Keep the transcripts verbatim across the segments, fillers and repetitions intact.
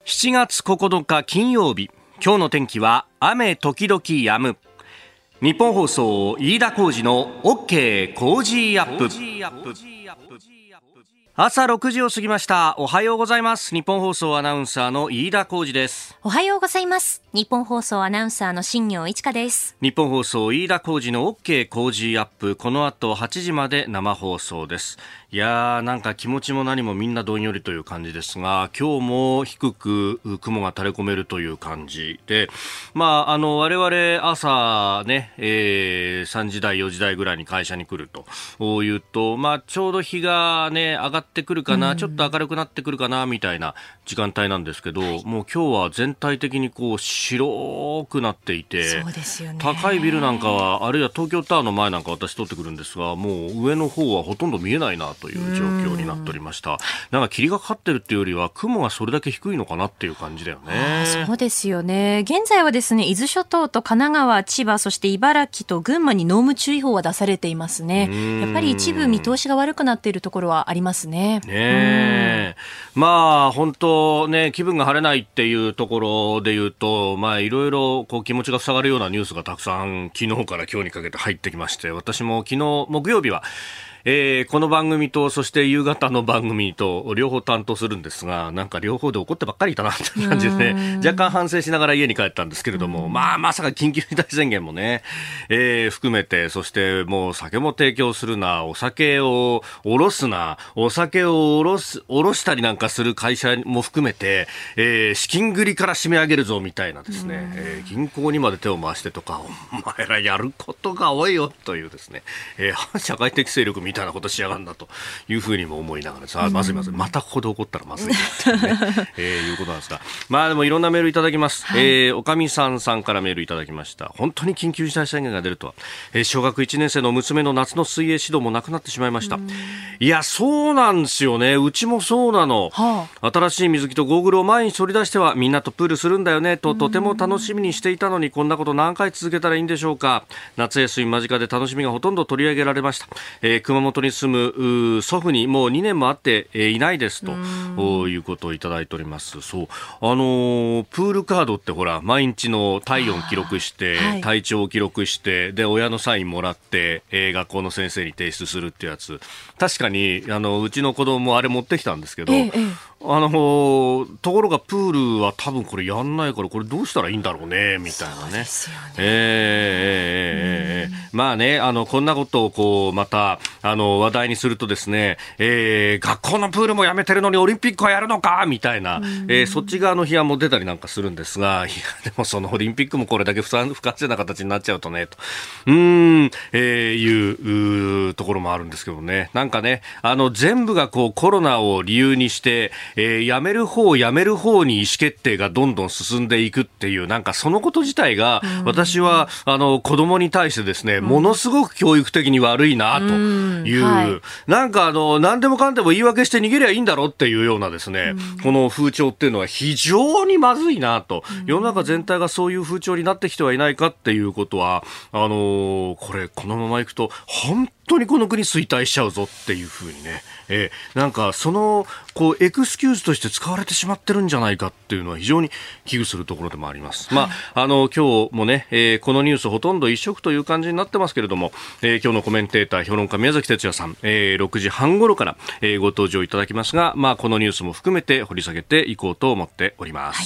しちがつここのか金曜日、今日の天気は雨時々止む。日本放送飯田浩司の OK 工事アップ。朝ろくじを過ぎました。おはようございます。日本放送アナウンサーの飯田浩司です。 おはようございます。日本放送アナウンサーの新業一華です。 日本放送飯田浩司の OK 工事アップ、この後はちじまで生放送です。いやー、なんか気持ちも何もみんなどんよりという感じですが、今日も低く雲が垂れ込めるという感じで、まあ、あの我々朝ね、えー、さんじ台よじ台ぐらいに会社に来るというと、まあ、ちょうど日がね上がってくるかな、ちょっと明るくなってくるかなみたいな時間帯なんですけど、はい、もう今日は全体的にこう白くなっていて、 そうですよね、 高いビルなんかは、あるいは東京タワーの前なんか私通ってくるんですが、もう上の方はほとんど見えないなという状況になっておりました。なんか霧がかかってるっていうよりは雲がそれだけ低いのかなっていう感じだよね。 そうですよね。現在はですね、伊豆諸島と神奈川、千葉、そして茨城と群馬に濃霧注意報は出されていますね。やっぱり一部見通しが悪くなっているところはありますね。 ねえ、まあ本当ね、気分が晴れないっていうところで言うと、まあいろいろこう気持ちが塞がるようなニュースがたくさん昨日から今日にかけて入ってきまして、私も昨日木曜日はえー、この番組とそして夕方の番組と両方担当するんですが、なんか両方で怒ってばっかりいたなという感じでね、若干反省しながら家に帰ったんですけれども、まあまさか緊急事態宣言もね、えー、含めて、そしてもう酒も提供するな、お酒をおろすな、お酒をおろすおろしたりなんかする会社も含めて、えー、資金繰りから締め上げるぞみたいなですね、えー、銀行にまで手を回してとか、お前らやることが多いよというですね、えー、反社会的勢力みたいなみたいなことしやがるんだというふうにも思いながら、あ、まずいまずい、またここで怒ったらまずいっていう、ねえー、いうことなんですが、まあでもいろんなメールいただきます、はい、えー、おかみさんさんからメールいただきました。本当に緊急事態宣言が出るとは、えー、小学いちねん生の娘の夏の水泳指導もなくなってしまいました。いや、そうなんですよね。うちもそうなの、はあ、新しい水着とゴーグルを前に取り出してはみんなとプールするんだよねととても楽しみにしていたのに、こんなこと何回続けたらいいんでしょうか。夏休み間近で楽しみがほとんど取り上げられました。えー、熊本に住む祖父にもうにねんも会っていないですということをいただいております。そう、あのー、プールカードってほら毎日の体温記録して、はい、体調を記録してで親のサインもらって、えー、学校の先生に提出するってやつ、確かにあのうちの子供もあれ持ってきたんですけど、ええ、あのー、ところがプールは多分これやんないから、これどうしたらいいんだろうねみたいなね。 そうですよね。 えーえーえー、まあね、あのこんなことをこうまたあの話題にするとですね、えー、学校のプールもやめてるのにオリンピックはやるのかみたいな、えー、そっち側の批判も出たりなんかするんですが、いやでもそのオリンピックもこれだけ不完全な形になっちゃうとねとうーん、えー、いう、うところもあるんですけどね。なんかね、あの全部がこうコロナを理由にして、えー、やめる方やめる方に意思決定がどんどん進んでいくっていう、なんかそのこと自体が私はあの子供に対してですね、ものすごく教育的に悪いなという、はい、なんかあの何でもかんでも言い訳して逃げりゃいいんだろうっていうようなですね、この風潮っていうのは非常にまずいなと、世の中全体がそういう風潮になってきてはいないかっていうことは、あのー、これこのままいくと本当にこの国衰退しちゃうぞっていうふうにね、えー、なんかそのこうエクスキューズとして使われてしまってるんじゃないかっていうのは非常に危惧するところでもあります。まあ、あの今日もね、えー、このニュースほとんど一色という感じになってますけれども、えー、今日のコメンテーター評論家宮崎哲也さん、えー、ろくじはん頃から、えー、ご登場いただきますが、まあ、このニュースも含めて掘り下げていこうと思っております。はい、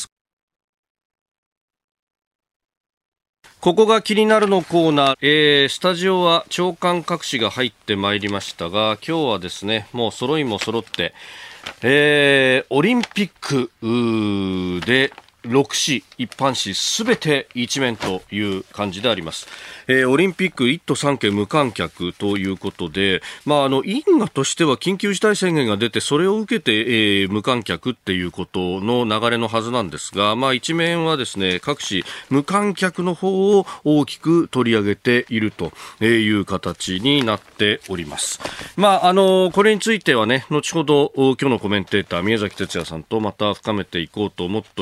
ここが気になるのコーナー、えー、スタジオは長官各紙が入ってまいりましたが、今日はですね、もう揃いも揃って、えー、オリンピックでろく紙一般紙すべて一面という感じであります。えー、オリンピックいっ都さん県無観客ということで、まあ、あの因果としては緊急事態宣言が出てそれを受けて、えー、無観客っていうことの流れのはずなんですが、まあ、一面はですね、各紙無観客の方を大きく取り上げているという形になっております。まあ、あのこれについてはね、後ほど今日のコメンテーター宮崎哲也さんとまた深めていこうと思っております。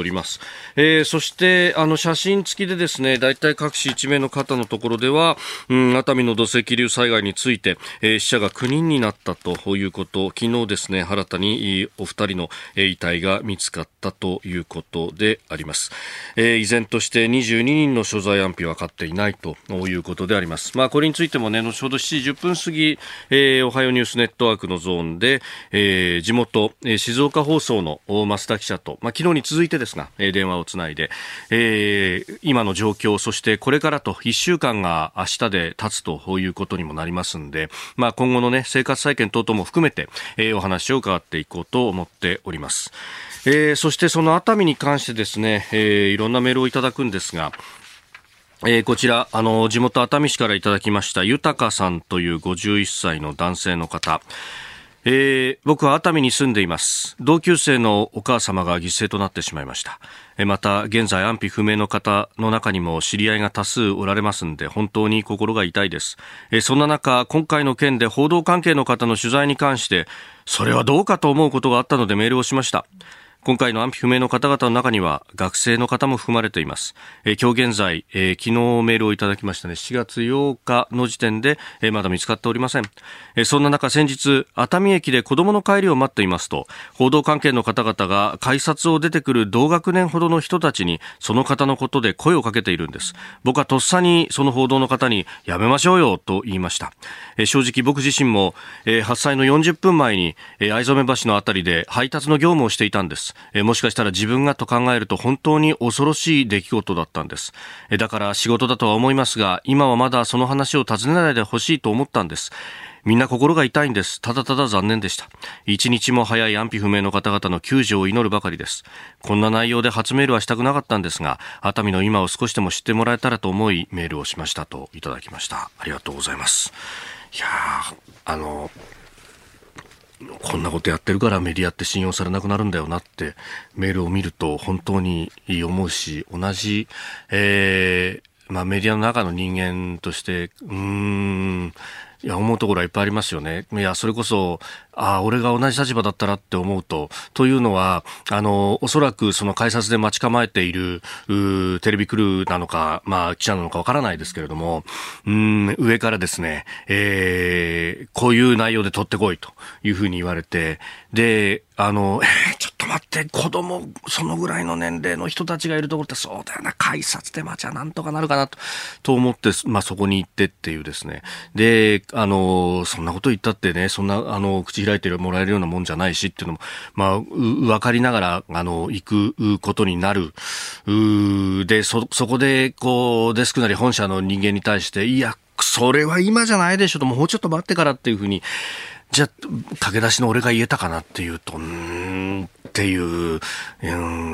えー、そしてあの写真付きでですね、だいたい各紙一面の肩のところでは、うん、熱海の土石流災害について、えー、死者がきゅうにんになったということ、昨日ですね、新たにお二人の遺体が見つかったということであります。えー、依然としてにじゅうににんの所在安否は分かっていないということであります。まあ、これについてもね、後ほどしちじじゅっぷん過ぎ、えー、おはようニュースネットワークのゾーンで、えー、地元、えー、静岡放送の増田記者と、まあ、昨日に続いてですが、えー、電話をつないで、えー、今の状況、そしてこれからといっしゅうかんが明日で経つということにもなりますんで、まあ、今後のね、生活再建等々も含めて、えー、お話を伺っていこうと思っております。えー、そしてその熱海に関してですね、えー、いろんなメールをいただくんですが、えー、こちらあの地元熱海市からいただきました豊さんというごじゅういっさいの男性の方、えー、僕は熱海に住んでいます。同級生のお母様が犠牲となってしまいました。また現在安否不明の方の中にも知り合いが多数おられますので、本当に心が痛いです。そんな中、今回の件で報道関係の方の取材に関して、それはどうかと思うことがあったのでメールをしました。今回の安否不明の方々の中には学生の方も含まれています。えー、今日現在、えー、昨日メールをいただきましたね、しがつようかの時点で、えー、まだ見つかっておりません。えー、そんな中、先日熱海駅で子供の帰りを待っていますと、報道関係の方々が改札を出てくる同学年ほどの人たちにその方のことで声をかけているんです。僕はとっさにその報道の方にやめましょうよと言いました。えー、正直僕自身も、えー、発災のよんじゅっぷんまえに、えー、藍染橋のあたりで配達の業務をしていたんです。えー、もしかしたら自分がと考えると本当に恐ろしい出来事だったんです。えー、だから仕事だとは思いますが、今はまだその話を尋ねないでほしいと思ったんです。みんな心が痛いんです。ただただ残念でした。一日も早い安否不明の方々の救助を祈るばかりです。こんな内容で初メールはしたくなかったんですが、熱海の今を少しでも知ってもらえたらと思いメールをしましたといただきました。ありがとうございます。いやー、あのこんなことやってるからメディアって信用されなくなるんだよなってメールを見ると本当に思うし、同じ、えーまあ、メディアの中の人間としてうーんいや思うところはいっぱいありますよね。いやそれこそあ俺が同じ立場だったらって思うと、というのはあのおそらくその改札で待ち構えているテレビクルーなのか、まあ、記者なのかわからないですけれども、うん上からですね、えー、こういう内容で取ってこいというふうに言われて、であの、えー、ちょっと待って子供そのぐらいの年齢の人たちがいるところってそうだよな、改札で待ちゃなんとかなるかなと、と思って、まあ、そこに行ってっていうですね、であのそんなこと言ったってね、そんなあの口開いてもらえるようなもんじゃないしっていうのも、まあ、分かりながらあの行くことになる。うで そ, そこでこうデスクなり本社の人間に対して、いやそれは今じゃないでしょと、もうちょっと待ってからっていうふうに、じゃあ駆け出しの俺が言えたかなっていうと、うーんっていう、うん、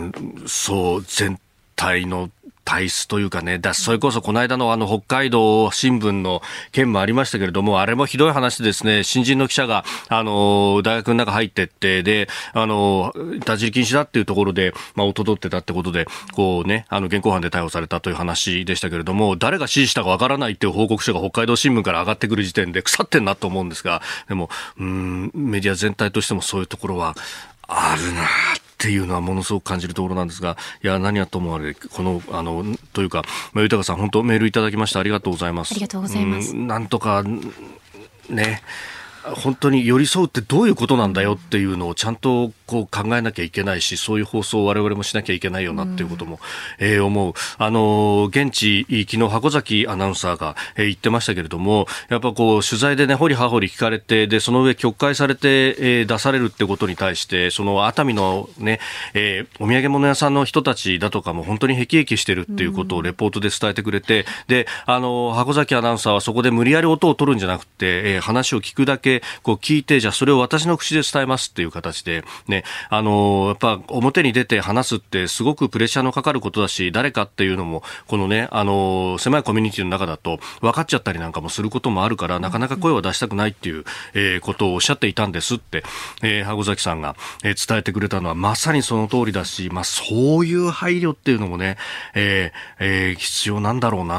そう全体の体質というかね、だそれこそこの間のあの北海道新聞の件もありましたけれども、あれもひどい話ですね。新人の記者があの大学の中入ってって、であの立ち入り禁止だっていうところで、まあ、音取ってたってことでこうね、あの現行犯で逮捕されたという話でしたけれども、誰が指示したかわからないっていう報告書が北海道新聞から上がってくる時点で腐ってんなと思うんですが、でもうーんメディア全体としてもそういうところはあるなっていうのはものすごく感じるところなんですが、いや何はともあれこのあのというか、まあ、豊さん本当メールいただきましてありがとうございます。 ありがとうございます。 なんとかね、本当に寄り添うってどういうことなんだよっていうのをちゃんとこう考えなきゃいけないし、そういう放送を我々もしなきゃいけないよなっていうことも、うんえー、思う。あの現地昨日箱崎アナウンサーが、えー、言ってましたけれども、やっぱこう取材でね掘り葉掘り聞かれて、でその上曲解されて、えー、出されるってことに対して、その熱海のね、えー、お土産物屋さんの人たちだとかも本当に辟易してるっていうことをレポートで伝えてくれて、うん、であの箱崎アナウンサーはそこで無理やり音を取るんじゃなくて、えー、話を聞くだけこう聞いて、じゃあそれを私の口で伝えますっていう形でね、あのやっぱ表に出て話すってすごくプレッシャーのかかることだし、誰かっていうのもこのね、あの狭いコミュニティの中だと分かっちゃったりなんかもすることもあるから、なかなか声を出したくないっていう、えー、ことをおっしゃっていたんですって、えー、箱崎さんが、えー、伝えてくれたのはまさにその通りだし、まあ、そういう配慮っていうのもね、えーえー、必要なんだろうなっ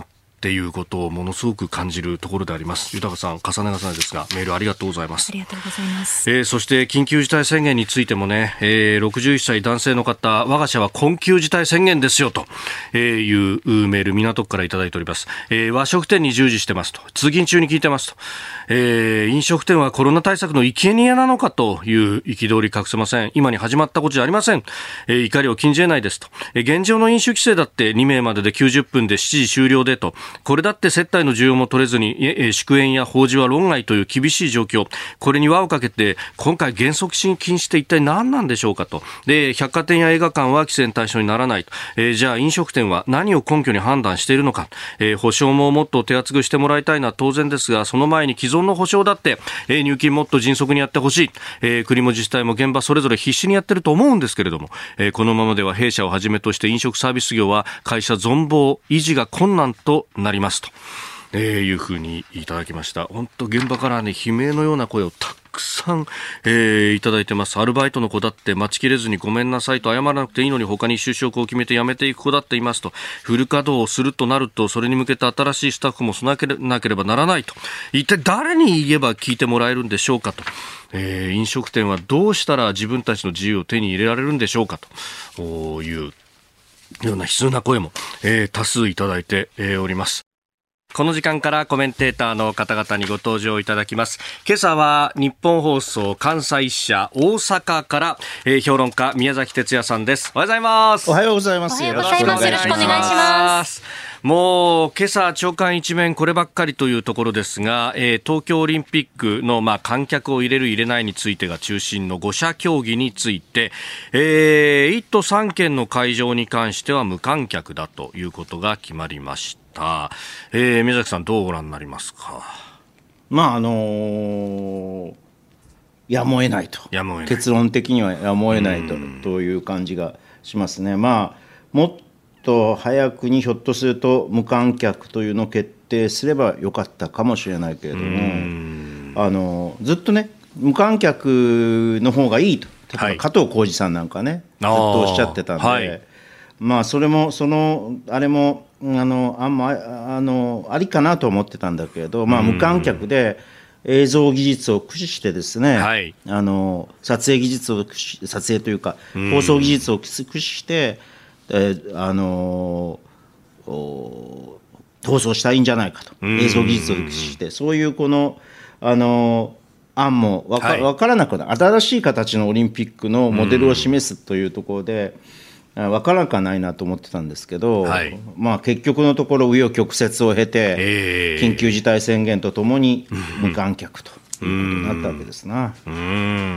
っていうことをものすごく感じるところであります。豊さん、重ね重ねですがメールありがとうございます。 ありがとうございます。 えー、そして緊急事態宣言についてもね、えー、ろくじゅういっさい男性の方、我が社は困急事態宣言ですよというメール港区からいただいております。えー、和食店に従事してますと、通勤中に聞いてますと、えー、飲食店はコロナ対策の生贄なのかという憤り隠せません。今に始まったことじゃありません。えー、怒りを禁じ得ないですと、えー、現状の飲酒規制だってにめいまでできゅうじゅっぷんでしちじ終了でと、これだって接待の需要も取れずに、えー、祝宴や法事は論外という厳しい状況、これに輪をかけて今回原則禁止って一体何なんでしょうかと。で、百貨店や映画館は規制の対象にならないと、えー、じゃあ飲食店は何を根拠に判断しているのか、えー、保証ももっと手厚くしてもらいたいのは当然ですが、その前に既存の保証だって、えー、入金もっと迅速にやってほしい、えー、国も自治体も現場それぞれ必死にやってると思うんですけれども、えー、このままでは弊社をはじめとして飲食サービス業は会社存亡維持が困難となりますと、えー、いうふうにいただきました。本当現場からね、悲鳴のような声をたくさん、えー、いただいてます。アルバイトの子だって待ちきれずにごめんなさいと謝らなくていいのに他に就職を決めて辞めていく子だっていますと、フル稼働をするとなるとそれに向けて新しいスタッフも備えなければならないと、一体誰に言えば聞いてもらえるんでしょうかと、えー、飲食店はどうしたら自分たちの自由を手に入れられるんでしょうかというような悲痛な声も、えー、多数いただいて、えー、おります。この時間からコメンテーターの方々にご登場いただきます。今朝は日本放送関西支社大阪から、えー、評論家宮崎哲也さんです。おはようございます。 おはようございます。 おはようございます。よろしくお願いします。 もう今朝朝刊一面こればっかりというところですが、えー、東京オリンピックの、まあ、観客を入れる入れないについてが中心のご者競技について、えー、いっ都さんけんの会場に関しては無観客だということが決まりました。えー、宮崎さんどうご覧になりますか。 まああのー、やむを得ないと、 やむを得ない、 結論的にはやむを得ないと、という感じがしますね。まあもっと早くにひょっとすると無観客というのを決定すればよかったかもしれないけれども、あのずっとね無観客の方がいいと、例えば加藤浩次さんなんかね、ずっとおっしゃってたんで、はい、まあそれもそのあれもあのあんまあのありかなと思ってたんだけれど、まあ、無観客で映像技術を駆使してですね、はい、あの撮影技術を駆使撮影というか放送技術を駆使して、えー、あの放送したらいいんじゃないかと、映像技術を駆使して、そういうこのあの案も分か、はい、分からなくなる、新しい形のオリンピックのモデルを示すというところで分からなくはないなと思ってたんですけど、はい、まあ、結局のところ紆余曲折を経て、えー、緊急事態宣言とともに無観客ということになったわけですな。 うん、うん、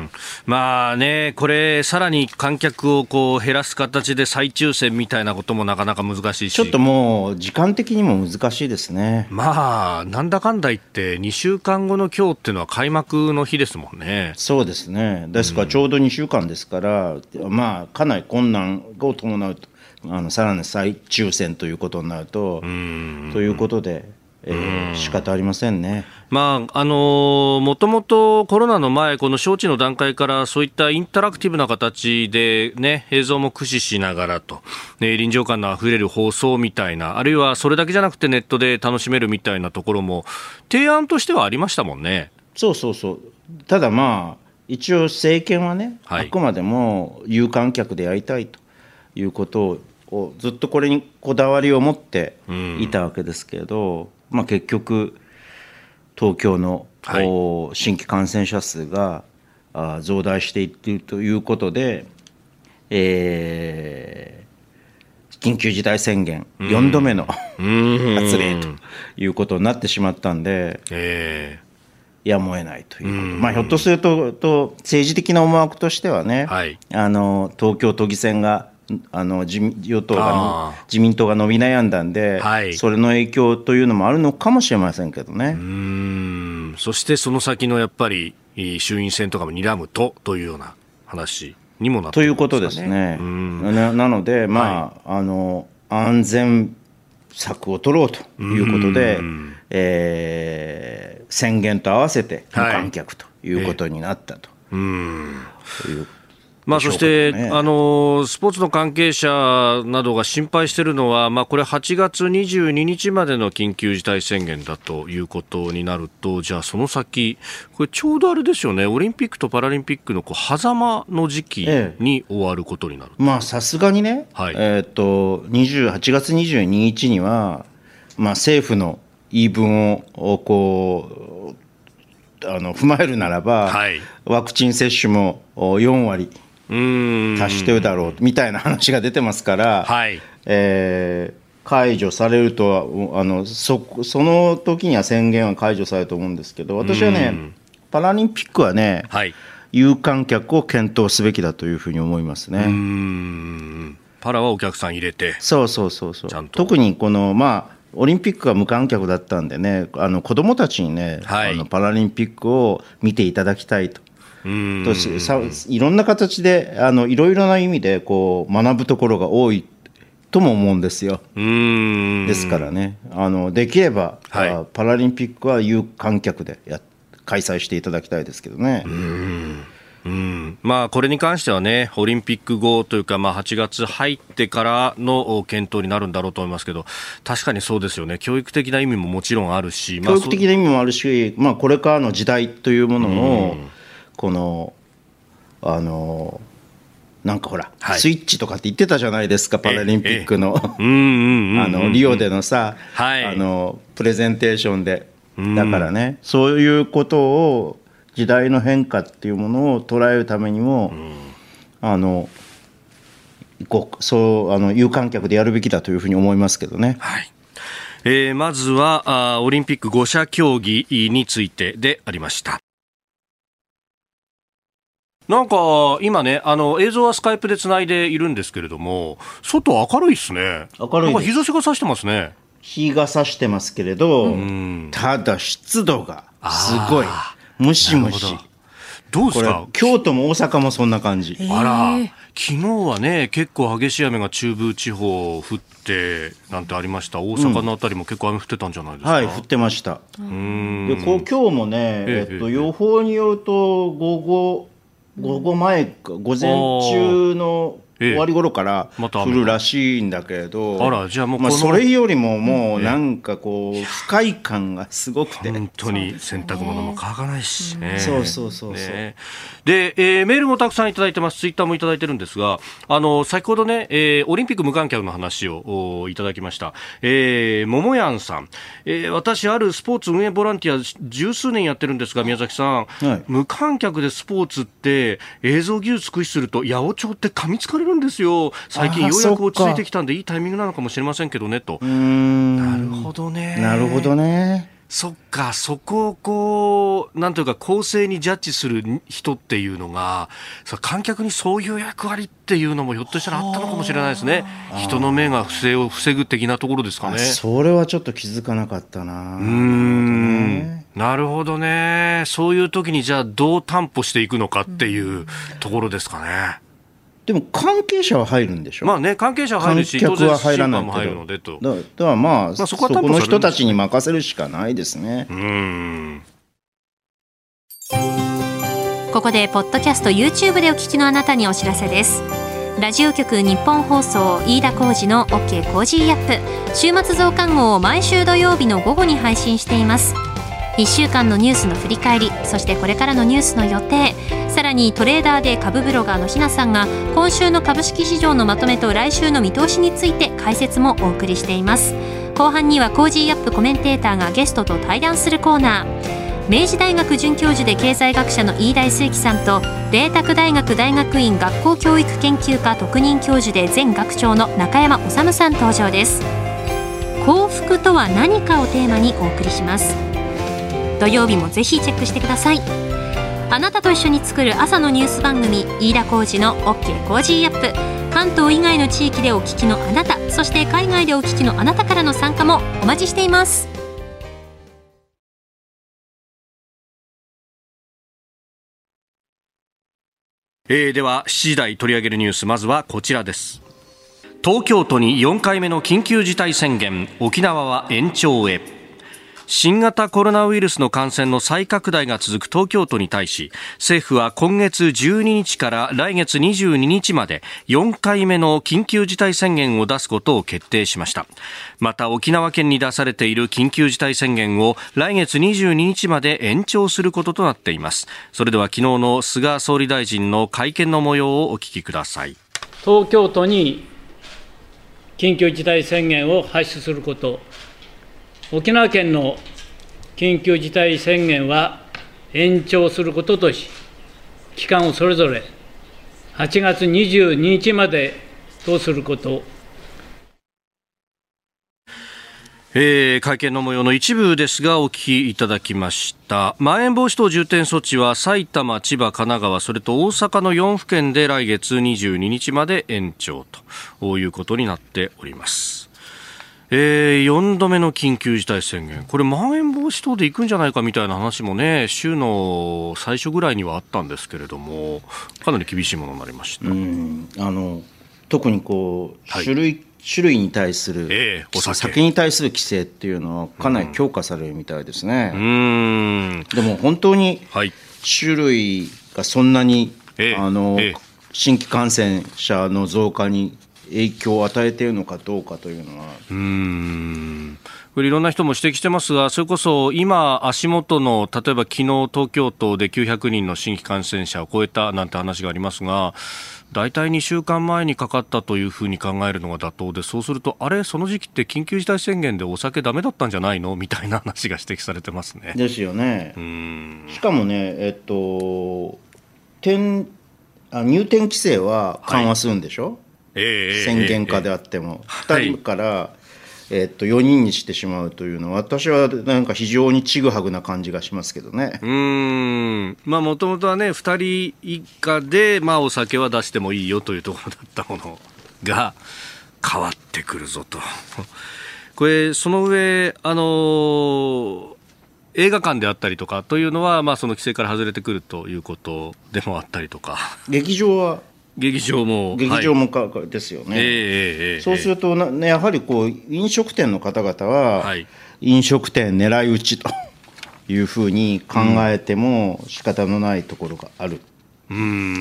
まあね、これさらに観客をこう減らす形で再抽選みたいなこともなかなか難しいし、 ちょっともう時間的にも難しいですね。 まあなんだかんだ言ってにしゅうかんごの今日っていうのは開幕の日ですもんね。 そうですね。ですからちょうどにしゅうかんですから、うん、まあかなり困難を伴うと、あのさらに再抽選ということになると、うんということで、えー、仕方ありませんね。 まああのー、もともとコロナの前、この招致の段階からそういったインタラクティブな形で、ね、映像も駆使しながらと、ね、臨場感のあふれる放送みたいな、あるいはそれだけじゃなくてネットで楽しめるみたいなところも提案としてはありましたもんね。 そうそうそう。ただまあ一応政権はね、はい、あくまでも有観客でやりたいということをずっとこれにこだわりを持っていたわけですけれど、うんまあ、結局東京の、はい、新規感染者数が増大していっているということで、えー、緊急事態宣言よんどめの発令ということになってしまったんで、えー、やむを得ないということ、まあ、ひょっとすると、と政治的な思惑としてはね、はい、あの東京都議選があの自民与党が自民党が伸び悩んだんで、はい、それの影響というのもあるのかもしれませんけどね。 うーん、そしてその先のやっぱり衆院選とかも睨むとというような話にもなっているんですかね。 ということですね。な, なので、まあはい、あの安全策を取ろうということで、えー、宣言と合わせて無観客ということになったと、はい、いうまあ、そして、ね、あのスポーツの関係者などが心配しているのは、まあ、これはちがつにじゅうににちまでの緊急事態宣言だということになると、じゃあその先これちょうどあれですよね、オリンピックとパラリンピックのこう狭間の時期に終わることになる、 ええ、まあさすがにね、はい、えー、とはちがつにじゅうににちには、まあ、政府の言い分をこうあの踏まえるならば、はい、ワクチン接種もよんわり達してるだろうみたいな話が出てますから、はい、えー、解除されるとはあの そ, その時には宣言は解除されると思うんですけど、私はねパラリンピックはね、はい、有観客を検討すべきだというふうに思いますね。うーん、パラはお客さん入れて、 そうそうそうそう、特にこのまあオリンピックは無観客だったんでね、あの子どもたちにね、はい、あのパラリンピックを見ていただきたいと。とさいろんな形であのいろいろな意味でこう学ぶところが多いとも思うんですよ。うーん、ですからね、あのできれば、はい、パラリンピックは有観客でや開催していただきたいですけどね。うーん、 うん、まあ、これに関してはね、オリンピック後というか、まあ、はちがつ入ってからの検討になるんだろうと思いますけど、確かにそうですよね、教育的な意味ももちろんあるし、 教育的な意味もあるし、まあ、これからの時代というものを、このあのなんかほら、はい、スイッチとかって言ってたじゃないですか、パラリンピックのリオでのさ、はい、あのプレゼンテーションで、だからね、そういうことを時代の変化っていうものを捉えるためにも、あのこうそうあの有観客でやるべきだというふうに思いますけどね。 はい、えー、まずはあオリンピックご者競技についてでありました。なんか今ね、あの映像はスカイプでつないでいるんですけれども、外明るいですね。 明るいです。 なんか日差しが差してますね。 日が差してますけれど、うん、ただ湿度がすごいムシムシ。 どうですか、 京都も大阪もそんな感じ。 あら、昨日はね結構激しい雨が中部地方降ってなんてありました。大阪のあたりも結構雨降ってたんじゃないですか。 うん、はい、降ってました。うーん、でこう今日もね、えっと、予報によると午後午後前か午前中の終わり頃から降るらしいんだけれど、 あら、じゃあもうこの、 まあ、それよりももうなんかこう不快感がすごくて、 本当に洗濯物も乾かないしね。 そうそうそうそう、 ね、で、えー、メールもたくさんいただいてます。ツイッターもいただいてるんですが、あの先ほどね、えー、オリンピック無観客の話をいただきました。えー、ももやんさん、えー、私あるスポーツ運営ボランティア十数年やってるんですが、宮崎さん、はい、無観客でスポーツって映像技術駆使すると八百長って噛みつかれるんですよ。最近ようやく落ち着いてきたんでいいタイミングなのかもしれませんけどねと。うーん、なるほどね。 なるほどね。 そっか、そこをこうなんというか公正にジャッジする人っていうのが、観客にそういう役割っていうのもひょっとしたらあったのかもしれないですね。人の目が不正を防ぐ的なところですかね。 それはちょっと気づかなかったな。 うーん、なるほどね。そういう時にじゃあどう担保していくのかっていうところですかね。 でも関係者は入るんでしょ。 まあね、関係者は入るし、 観客は入らないけど、 当然審判も入るのでと。 だからまあ、まあ、そこはそこの人たちに任せるしかないですね。うーん。 ここでポッドキャスト YouTube でお聞きのあなたにお知らせです。ラジオ局日本放送飯田浩司の OK コージーアップ週末増刊号を毎週土曜日の午後に配信しています。いっしゅうかんのニュースの振り返り、そしてこれからのニュースの予定、さらにトレーダーで株ブロガーのひなさんが今週の株式市場のまとめと来週の見通しについて解説もお送りしています。後半にはコージーアップコメンテーターがゲストと対談するコーナー、明治大学准教授で経済学者の飯田康之さんと麗澤大学大学院学校教育研究科特任教授で前学長の中山修さん登場です。幸福とは何かをテーマにお送りします。土曜日もぜひチェックしてください。あなたと一緒に作る朝のニュース番組飯田浩司の OK コージーアップ、関東以外の地域でお聞きのあなた、そして海外でお聞きのあなたからの参加もお待ちしています。 えー、ではしちじ台取り上げるニュース、まずはこちらです。東京都によんかいめの緊急事態宣言、沖縄は延長へ。 新型コロナウイルスの感染の再拡大が続く東京都に対し、政府は今月じゅうににちから来月にじゅうににちまでよんかいめの緊急事態宣言を出すことを決定しました。また沖縄県に出されている緊急事態宣言を来月にじゅうににちまで延長することとなっています。それでは昨日の菅総理大臣の会見の模様をお聞きください。 東京都に緊急事態宣言を発出すること、沖縄県の緊急事態宣言は延長することとし、期間をそれぞれはちがつにじゅうににちまでとすること。 えー、会見の模様の一部ですがお聞きいただきました。まん延防止等重点措置は埼玉、千葉、神奈川、それと大阪のよんふけんで来月にじゅうににちまで延長ということになっております。えー、よんどめの緊急事態宣言、これまん延防止等で行くんじゃないかみたいな話もね、週の最初ぐらいにはあったんですけれども、かなり厳しいものになりました。 うん、あの特にこう、 はい、 種類種類に対する、 えー、お酒酒に対する規制っていうのはかなり強化されるみたいですね。 うん、うーん、 でも本当にはい種類がそんなに、 えーあのえー新規感染者の増加に影響を与えているのかどうかというのは、 うーん、これいろんな人も指摘してますが、それこそ今足元の例えば昨日東京都できゅうひゃくにんの新規感染者を超えたなんて話がありますが、大体にしゅうかんまえにかかったというふうに考えるのが妥当で、そうするとあれその時期って緊急事態宣言でお酒ダメだったんじゃないのみたいな話が指摘されてますね。 ですよね。 うーん、 しかもね、えっと、点あ入店規制は緩和するんでしょ、はい、 えー、 宣言下であっても、 えー、 ふたりから、えっと、よにんにしてしまうというのは私はなんか非常にちぐはぐな感じがしますけどね。 うーん、まあもともとはねふたり以下で、まあ、お酒は出してもいいよというところだったものが変わってくるぞと。これその上、あのー、映画館であったりとかというのは、まあ、その規制から外れてくるということでもあったりとか、 劇場は劇場も劇場もか、はい、ですよね、 えーえー、 そうするとな、ね、やはりこう飲食店の方々は、はい、飲食店狙い撃ちというふうに考えても仕方のないところがある、うん、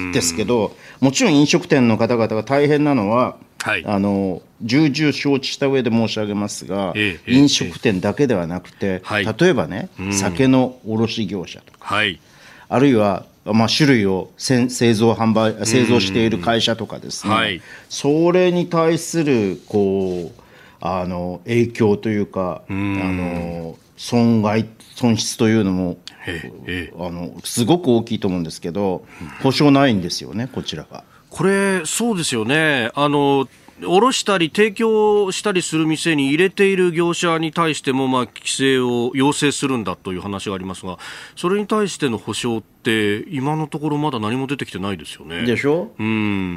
ですけど、もちろん飲食店の方々が大変なのは、はい、あの重々承知した上で申し上げますが、えー、飲食店だけではなくて、えー、例えばね、はい、酒の卸業者とか、はい、あるいはまあ、種類を製造販売製造している会社とかですね、はい、それに対するこうあの影響というか、あの損害損失というのもあのすごく大きいと思うんですけど、保証ないんですよね、こちらが。 これそうですよね。あの卸したり提供したりする店に入れている業者に対しても、まあ、規制を要請するんだという話がありますが、それに対しての補償って今のところまだ何も出てきてないですよね。 でしょ。 うん、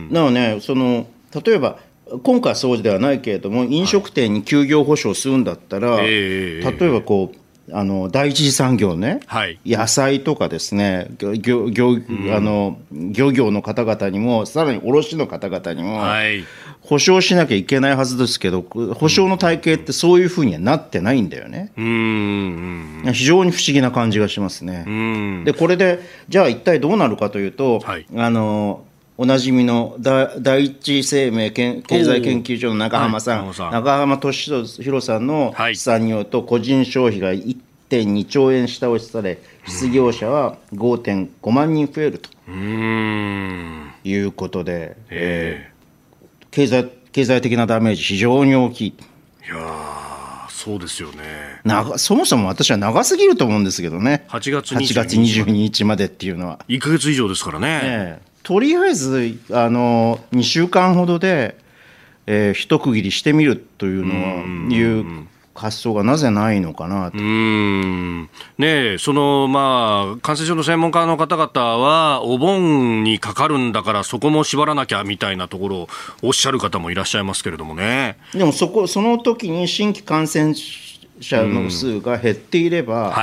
なので、その例えば今回はそうではないけれども、飲食店に休業補償するんだったら、はい、えー、例えばこうあの第一次産業ね、はい、野菜とかですね、漁業、あの漁業の方々にも、さらに卸の方々にも、はい、保証しなきゃいけないはずですけど、保証の体系ってそういうふうにはなってないんだよね。うーん、非常に不思議な感じがしますね。うーん、でこれでじゃあ一体どうなるかというと、はい、あのおなじみの第一生命経済研究所の中浜さん、はい、中浜俊弘さんの試算によると、個人消費が いってんにちょうえん下押しされ、失業者は ごてんごまんにん増えるということで、えー、経済、経済的なダメージ非常に大きい。いやそうですよね。 長そもそも私は長すぎると思うんですけどね。 はちがつにじゅうににちまでっていうのはいっかげつ以上ですからね。 ね、とりあえずあのにしゅうかんほどで、えー、一区切りしてみるというのはいう発想がなぜないのかなと。うーん、ねえ、そのまあ感染症の専門家の方々はお盆にかかるんだからそこも縛らなきゃみたいなところをおっしゃる方もいらっしゃいますけれどもね。 でもそこその時に新規感染者の数が減っていれば、はい、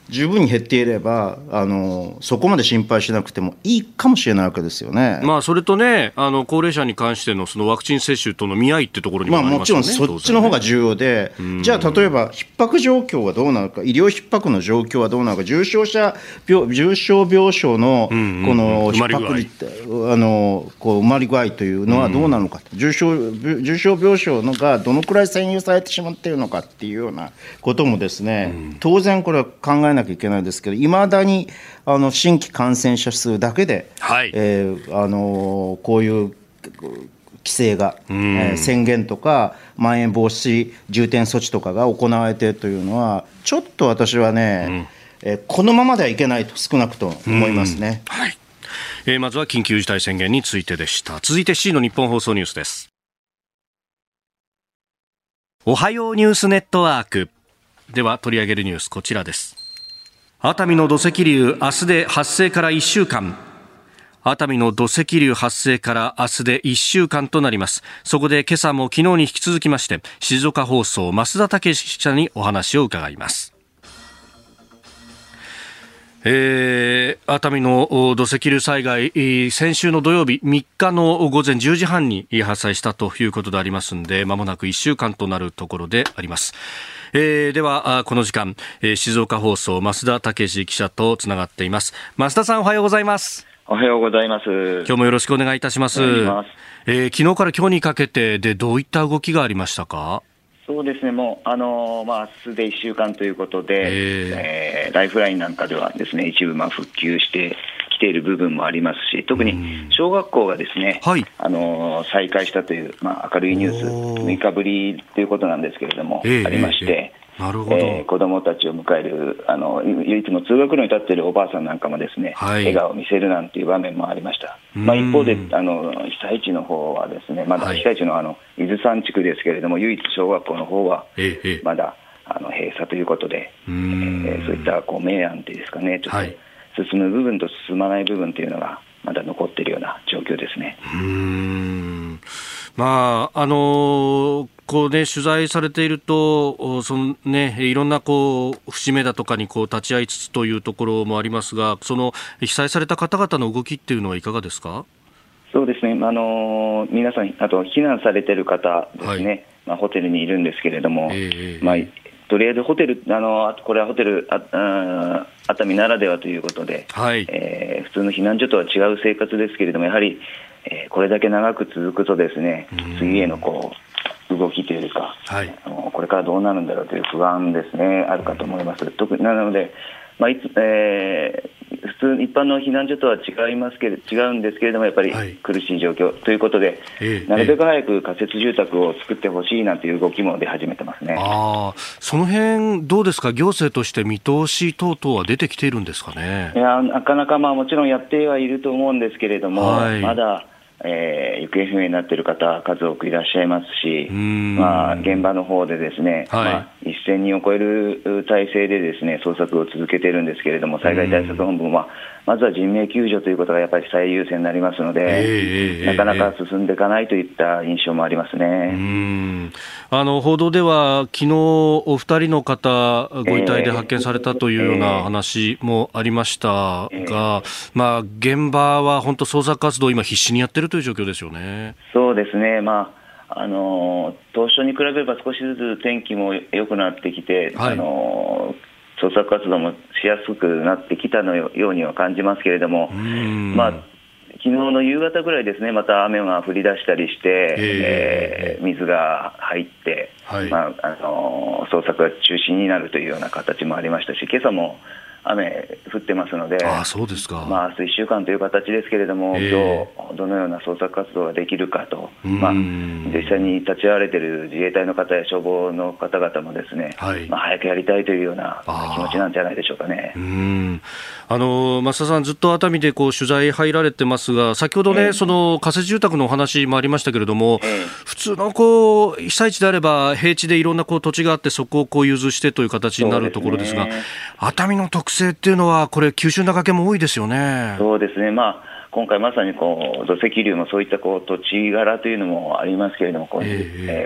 十分に減っていればあのそこまで心配しなくてもいいかもしれないわけですよね。 まあ、それとね、あの高齢者に関してのそのワクチン接種との見合いってところにもありますよね。 まあ、もちろんそっちの方が重要で、じゃあ例えば逼迫状況はどうなのか、医療逼迫の状況はどうなのか、重症者病重症病床のこの逼迫率、あのこう埋まり具合というのはどうなのか、重症重症病床のがどのくらい占有されてしまっているのかっていうようなこともですね、当然これは考えなきゃいけないですけど、いまだにあの新規感染者数だけで、はい、えー、あのこういう規制が、えー、宣言とかまん延防止重点措置とかが行われているというのはちょっと私はね、うん、えー、このままではいけないと少なくと思いますね。 はい、えー、まずは緊急事態宣言についてでした。続いて シー の日本放送ニュースです。おはようニュースネットワークでは取り上げるニュースこちらです。熱海の土石流、明日で発生からいっしゅうかん。熱海の土石流発生から明日でいっしゅうかんとなります。そこで今朝も昨日に引き続きまして静岡放送増田武記者にお話を伺います。えー、熱海の土石流災害、先週の土曜日みっかの午前じゅうじはんに発生したということでありますので、まもなくいっしゅうかんとなるところであります。えー、ではこの時間、えー、静岡放送増田武記記者とつながっています。増田さん、おはようございます。 おはようございます。 今日もよろしくお願いいたします。お願いします。えー、昨日から今日にかけてでどういった動きがありましたか？ そうですね、もう、あのーまあ、明日でいっしゅうかんということで、えーえー、ライフラインなんかではですね、一部まあ復旧してきている部分もありますし、特に小学校がですね、はい、あのー、再開したという、まあ、明るいニュース、むいかぶりということなんですけれども、えー、ありまして、えーなるほど、えー、子どもたちを迎えるあのいつも通学路に立っているおばあさんなんかもですね、はい、笑顔を見せるなんていう場面もありました。まあ、一方であの被災地の方はですね、まだ被災地のあの伊豆山地区ですけれども、唯一小学校の方はまだあの閉鎖ということで、えー、そういったこう明暗というんですかね、ちょっと進む部分と進まない部分というのがまだ残っているような状況ですね。 うーん、まああのーこうね、取材されているとその、ね、いろんなこう節目だとかにこう立ち会いつつというところもありますが、その被災された方々の動きっていうのはいかがですか？ そうですね、あの皆さんあと避難されている方ですね、はい、まあ、ホテルにいるんですけれども、えーまあ、とりあえずホテルあのこれはホテルああ熱海ならではということで、はい、えー、普通の避難所とは違う生活ですけれども、やはり、えー、これだけ長く続くとですね、次へのこう動きというか、はい、あのこれからどうなるんだろうという不安ですね、あるかと思います。特になので、まあいつえー、普通一般の避難所とは違いますけれ違うんですけれども、やっぱり苦しい状況ということで、はい、なるべく早く仮設住宅を作ってほしいなんていう動きも出始めてますね。 あ、その辺どうですか、行政として見通し等々は出てきているんですかね？ いや、なかなか、まあ、もちろんやってはいると思うんですけれども、はい、まだえー、行方不明になっている方数多くいらっしゃいますし、まあ、現場の方でですね、はい、まあ、せんにんを超える体制でですね捜索を続けているんですけれども、災害対策本部はまずは人命救助ということがやっぱり最優先になりますので、えー、なかなか進んでいかないといった印象もありますね。うーん、あの報道では昨日お二人の方ご遺体で発見されたというような話もありましたが、えーえーまあ、現場は本当捜索活動今必死にやっているという状況ですよね。 そうですね、まああの当初に比べれば少しずつ天気も良くなってきて、はい、あの捜索活動もしやすくなってきたのようには感じますけれども、まあ、昨日の夕方ぐらいですね、また雨が降り出したりして、えーえー、水が入って、はい、まあ、あの捜索が中止になるというような形もありましたし、今朝も雨降ってますので、 あ、そうですか。 まあ、明日いっしゅうかんという形ですけれども、えー、今日どのような捜索活動ができるかと、まあ、実際に立ち会われている自衛隊の方や消防の方々もですね、はい、まあ、早くやりたいというような気持ちなんじゃないでしょうかね。 うん、あの増田さん、ずっと熱海でこう取材入られてますが、先ほどね、えー、その仮設住宅のお話もありましたけれども、えー、普通のこう被災地であれば平地でいろんなこう土地があって、そこをこう融通してという形になるところですが、ですね、熱海の特性っていうのはこれ急峻な崖も多いですよね。 そうですね、まあ、今回まさにこう土石流もそういったこう土地柄というのもありますけれども、こう、えーえー、ご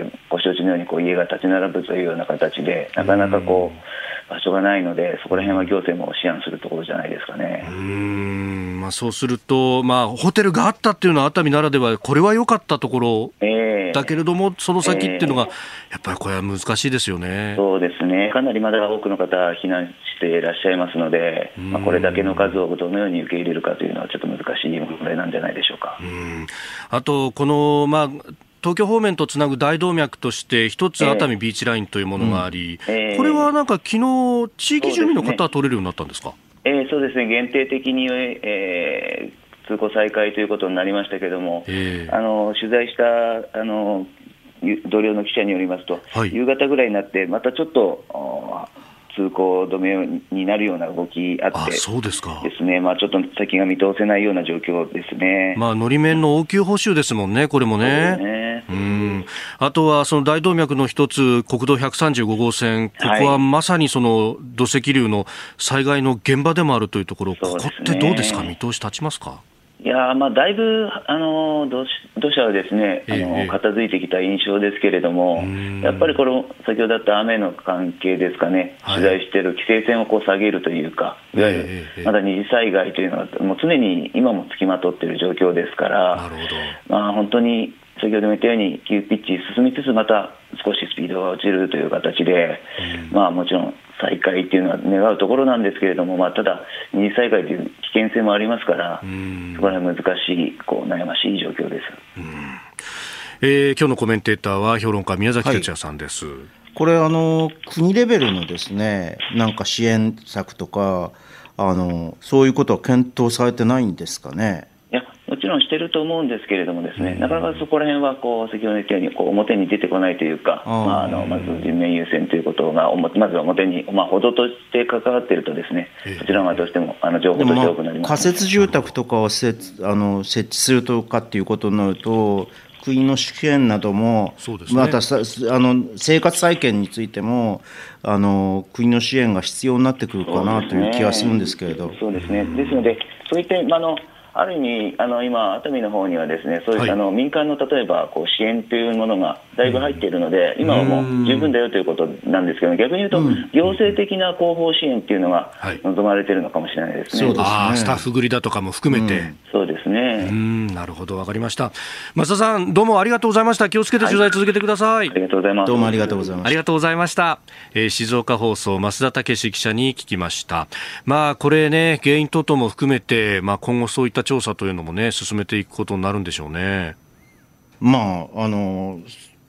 承知のようにこう家が立ち並ぶというような形で、なかなかこう場所がないので、そこら辺は行政も思案するところじゃないですかね。 うーん、まあ、そうすると、まあ、ホテルがあったっていうのは熱海ならでは、これは良かったところだけれども、えー、その先っていうのが、やっぱりこれは難しいですよね。 そうですね、かなりまだ多くの方避難していらっしゃいますので、まあ、これだけの数をどのように受け入れるかというのはちょっと難しい問題なんじゃないでしょうか。 うん、あとこの、まあ東京方面とつなぐ大動脈として一つ熱海ビーチラインというものがあり、えーうん、これはなんか昨日地域住民の方は取れるようになったんですか。 えー、そうですね、限定的に、えー、通行再開ということになりましたけれども、えー、あの取材したあの同僚の記者によりますと、はい、夕方ぐらいになってまたちょっと通行止めになるような動きあって、あ、そうですかですね、まあ、ちょっと先が見通せないような状況ですね。 まあ、のり面の応急補修ですもんね、これもね。そうですね。うん、あとはその大動脈の一つ、国道ひゃくさんじゅうご号線、ここはまさにその土石流の災害の現場でもあるというところ、ここってどうですか、見通し立ちますか。 いやまあだいぶあの土砂はですね、あの片付いてきた印象ですけれども、やっぱりこの先ほどあった雨の関係ですかね、取材している規制線をこう下げるというか、いわゆるまだ二次災害というのはもう常に今もつきまとっている状況ですから、なるほど、まあ、本当に先ほども言ったように急ピッチ進みつつまた少しスピードが落ちるという形で、まあ、もちろん再開っていうのは願うところなんですけれども、まあ、ただ二次災害という危険性もありますから、そこら辺難しいこう悩ましい状況です。 うん、えー、今日のコメンテーターは評論家宮崎哲也さんです。はい、 これあの国レベルのですね、なんか支援策とかあのそういうことは検討されてないんですかね。 いやもちろんしてると思うんですけれどもですね、なかなかそこら辺はこう先ほど言ったようにこう表に出てこないというか、あまあ、あのまず人命優先ということがまず表に、まあ、報道として関わっているとですね、そちら側としてもあの情報として多くなります、ね。 仮設住宅とかを設あの設置するとかっていうことになると、国の支援なども、そうですね、またさあの生活再建についてもあの国の支援が必要になってくるかなという気がするんですけれど。 そうですね。ですのでそういったあのある意味あの今熱海の方にはですね、そういう、はい、あの民間の例えばこう支援というものがだいぶ入っているので、うん、今はもう十分だよということなんですけど、逆に言うと、うん、行政的な後方支援というのが望まれているのかもしれないですね。 そうですね。あ、スタッフ繰りだとかも含めて、うん、 そうですね。 うん、なるほど、わかりました。増田さん、どうもありがとうございました。気をつけて取材続けてください。はい、 ありがとうございます。 どうもありがとうございました。 ありがとうございました。えー、静岡放送増田武史記者に聞きました。まあこれね、原因等々も含めて、まあ、今後そういった調査というのもね進めていくことになるんでしょうね。 まああの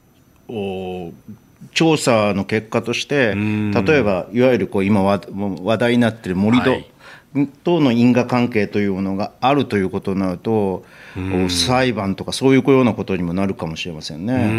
調査の結果として例えばいわゆるこう今話題になっている盛り土、はい、との因果関係というものがあるということになると、裁判とかそういうようなことにもなるかもしれませんね。 うん、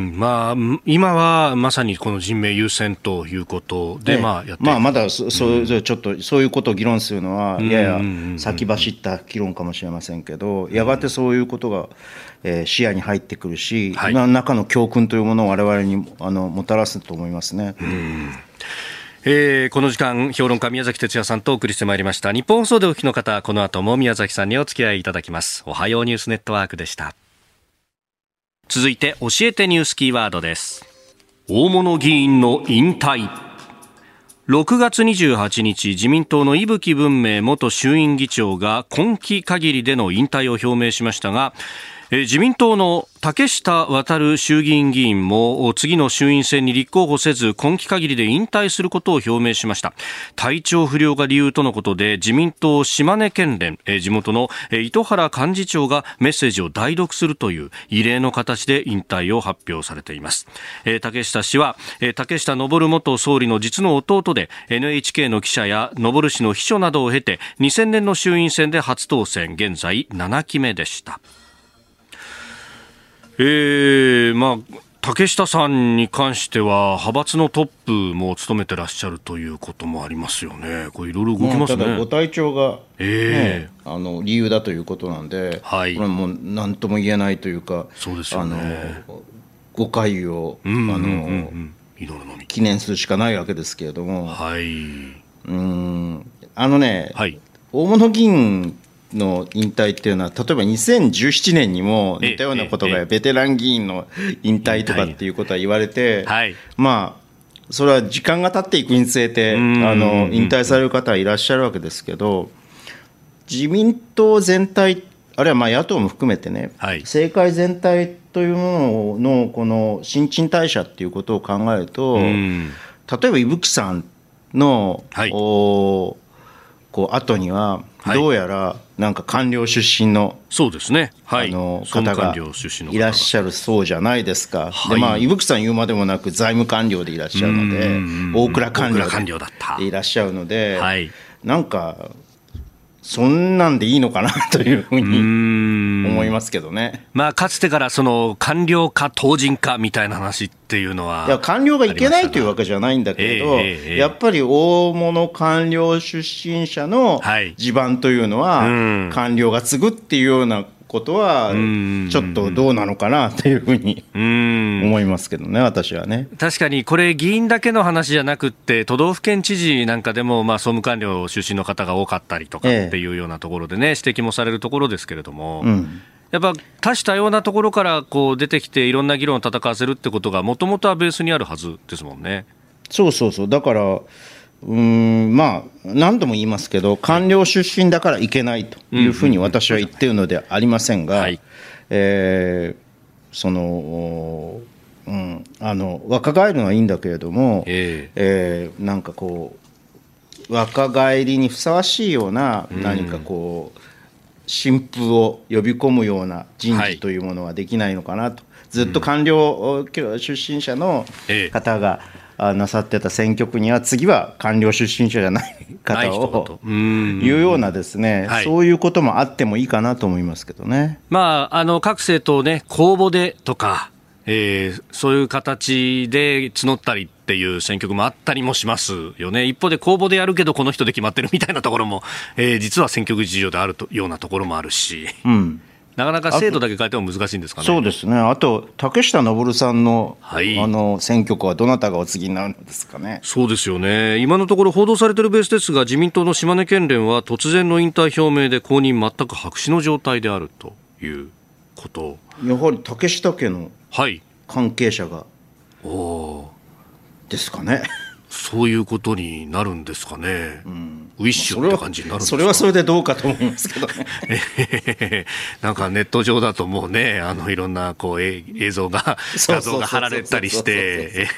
まあ、今はまさにこの人命優先ということで、まあ、やってまあ、まだそ、そういうちょっとそういうことを議論するのはやや先走った議論かもしれませんけど、やがてそういうことが、えー、視野に入ってくるし、はい、何らかの教訓というものを我々にあのもたらすと思いますね。うんえー、この時間評論家宮崎哲也さんとお送りしてまいりました。日本放送でお聞きの方、この後も宮崎さんにお付き合いいただきます。おはようニュースネットワークでした。続いて教えてニュースキーワードです。大物議員の引退。ろくがつにじゅうはちにち、自民党の伊吹文明元衆院議長が今期限りでの引退を表明しましたが、えー、自民党の竹下亘衆議院議員も次の衆院選に立候補せず今期限りで引退することを表明しました。体調不良が理由とのことで、自民党島根県連、えー、地元の、えー、糸原幹事長がメッセージを代読するという異例の形で引退を発表されています。えー、竹下氏は、えー、竹下登元総理の実の弟で エヌエイチケー の記者や登氏の秘書などを経てにせんねんの衆院選で初当選、現在ななきめでした。えーまあ、竹下さんに関しては派閥のトップも務めてらっしゃるということもありますよね。これいろいろ動きますね。 ただご体調が、ねえー、あの理由だということなんで、はい、これはもう何とも言えないというか、 そうですよね、 あの誤解を記念するしかないわけですけれども、はい、うーんあのね、はい、大物議員の引退っていうのは例えばにせんじゅうななねんにも似たようなことがベテラン議員の引退とかっていうことは言われて、はい、まあそれは時間が経っていくにつれてあの引退される方はいらっしゃるわけですけど、自民党全体あるいはまあ野党も含めてね、はい、政界全体というもののこの新陳代謝っていうことを考えると、例えば伊吹さんの、はい、おこう後にはどうやらなんか官僚出身の、 そうですね、はい、 あの方がいらっしゃるそうじゃないですか。はい、でまあ伊吹さん言うまでもなく財務官僚でいらっしゃるので、大蔵官僚でいらっしゃるので、はい、なんかそんなんでいいのかなというふうに思いますけどね。 まあ、かつてからその官僚か党人かみたいな話っていうのは、 いや官僚がいけないというわけじゃないんだけれど、えーえー、やっぱり大物官僚出身者の地盤というのは、はい、官僚が継ぐっていうようなことはちょっとどうなのかなというふうに思いますけどね、私はね。 確かにこれ議員だけの話じゃなくって都道府県知事なんかでもまあ総務官僚出身の方が多かったりとかっていうようなところでね、指摘もされるところですけれども、うん、やっぱ多種多様なところからこう出てきていろんな議論を戦わせるってことがもともとはベースにあるはずですもんね。 そうそうそう、だからうーんまあ何度も言いますけど、官僚出身だからいけないというふうに私は言っているのではありませんが、えー、その、うん、あの若返るのはいいんだけれども、えーえー、なんかこう若返りにふさわしいような何かこう新風を呼び込むような人事というものはできないのかなと、はい、ずっと官僚出身者の方が、えーなさってた選挙区には次は官僚出身者じゃない方をいうようなですね、はい、そういうこともあってもいいかなと思いますけどね。 まあ、あの各政党ね、公募でとか、えー、そういう形で募ったりっていう選挙区もあったりもしますよね。一方で公募でやるけどこの人で決まってるみたいなところも、えー、実は選挙区事情であるというようなところもあるし、うん、なかなか制度だけ変えても難しいんですかね。 そうですね。あと竹下登さん の,、はい、あの選挙区はどなたがお次になるんですかね。 そうですよね。今のところ報道されているベースですが、自民党の島根県連は突然の引退表明で後任全く白紙の状態であるということ。 やはり竹下家の関係者が、はい、 おですかね。 そういうことになるんですかね、うん、ウィッシュって感じになるんですか。 それはそれでどうかと思いますけどねなんかネット上だともうね、あのいろんなこう映像が画像が貼られたりして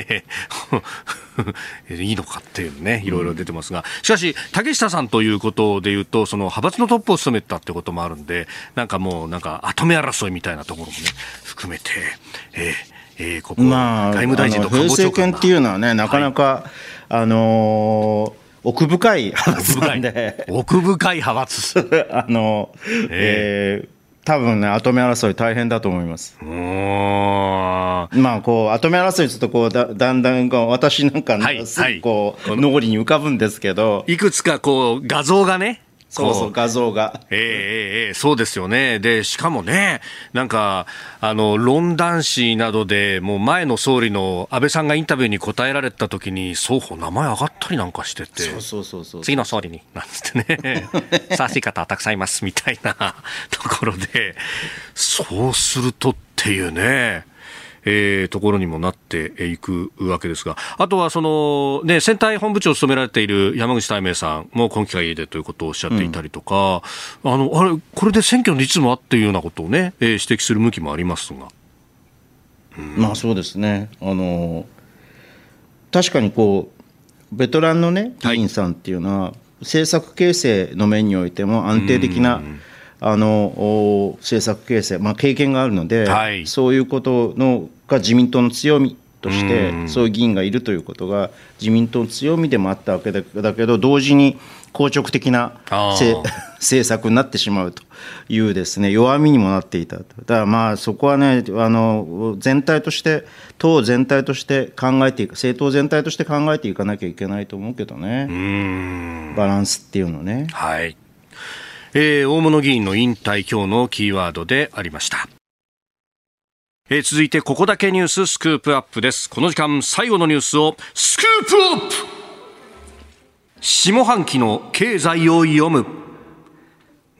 いいのかっていうね、いろいろ出てますが、うん、しかし竹下さんということでいうと、その派閥のトップを務めたってこともあるんで、なんかもうなんか跡目争いみたいなところもね含めて、えーえー、ここまあ、外務大臣と官房長官、 平成権っていうのはね、なかなか、はい、あのー、奥深い派閥なんで奥深い派閥あの、えーえー、多分ね跡目争い大変だと思います。うーん、まあこう跡目争いするとこう だ, だんだんこう私なんか、はい、すぐこう、はい、脳裏に浮かぶんですけど、 いくつかこう画像がね、 そうそう画像が、 えーえーえー、そうですよね。でしかもね、なんかあの論壇誌などでもう前の総理の安倍さんがインタビューに答えられた時に双方名前上がったりなんかしてて、 そうそうそうそう、 次の総理になんつってねふさわしい方はたくさんいますみたいなところで、そうするとっていうね、えー、ところにもなっていくわけですが、あとはその、ね、選対本部長を務められている山口泰明さんも今期会でということをおっしゃっていたりとか、うん、あのあれこれで選挙の率もあっていうようなことを、ね、えー、指摘する向きもありますが、 うん、まあそうですね、あの確かにこうベテランの、ね、議員さんっていうのは、はい、政策形成の面においても安定的な、うんあの政策形成、まあ、経験があるので、はい、そういうことのが自民党の強みとして、うん、そういう議員がいるということが自民党の強みでもあったわけだけど、同時に硬直的な政策になってしまうというですね、弱みにもなっていたと。だからまあそこはね、あの全体として党全体として考えていく、政党全体として考えていかなきゃいけないと思うけどね、うーん、バランスっていうのね。 はい、えー、大物議員の引退、今日のキーワードでありました。えー、続いてここだけニューススクープアップです。この時間最後のニュースをスクープアップ。下半期の経済を読む。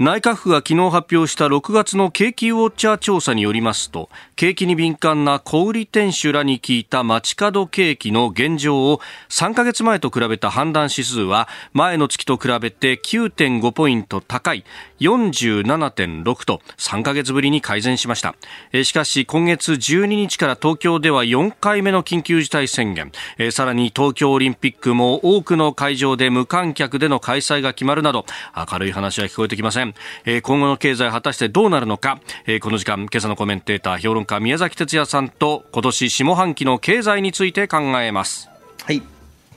内閣府が昨日発表したろくがつの景気ウォッチャー調査によりますと、景気に敏感な小売店主らに聞いた街角景気の現状をさんかげつまえと比べた判断指数は前の月と比べて きゅうてんご ポイント高い よんじゅうななてんろく とさんかげつぶりに改善しました。しかし今月じゅうににちから東京ではよんかいめの緊急事態宣言、さらに東京オリンピックも多くの会場で無観客での開催が決まるなど明るい話は聞こえてきません。今後の経済果たしてどうなるのか、この時間今朝のコメンテーター評論家宮崎哲也さんと今年下半期の経済について考えます。 はい、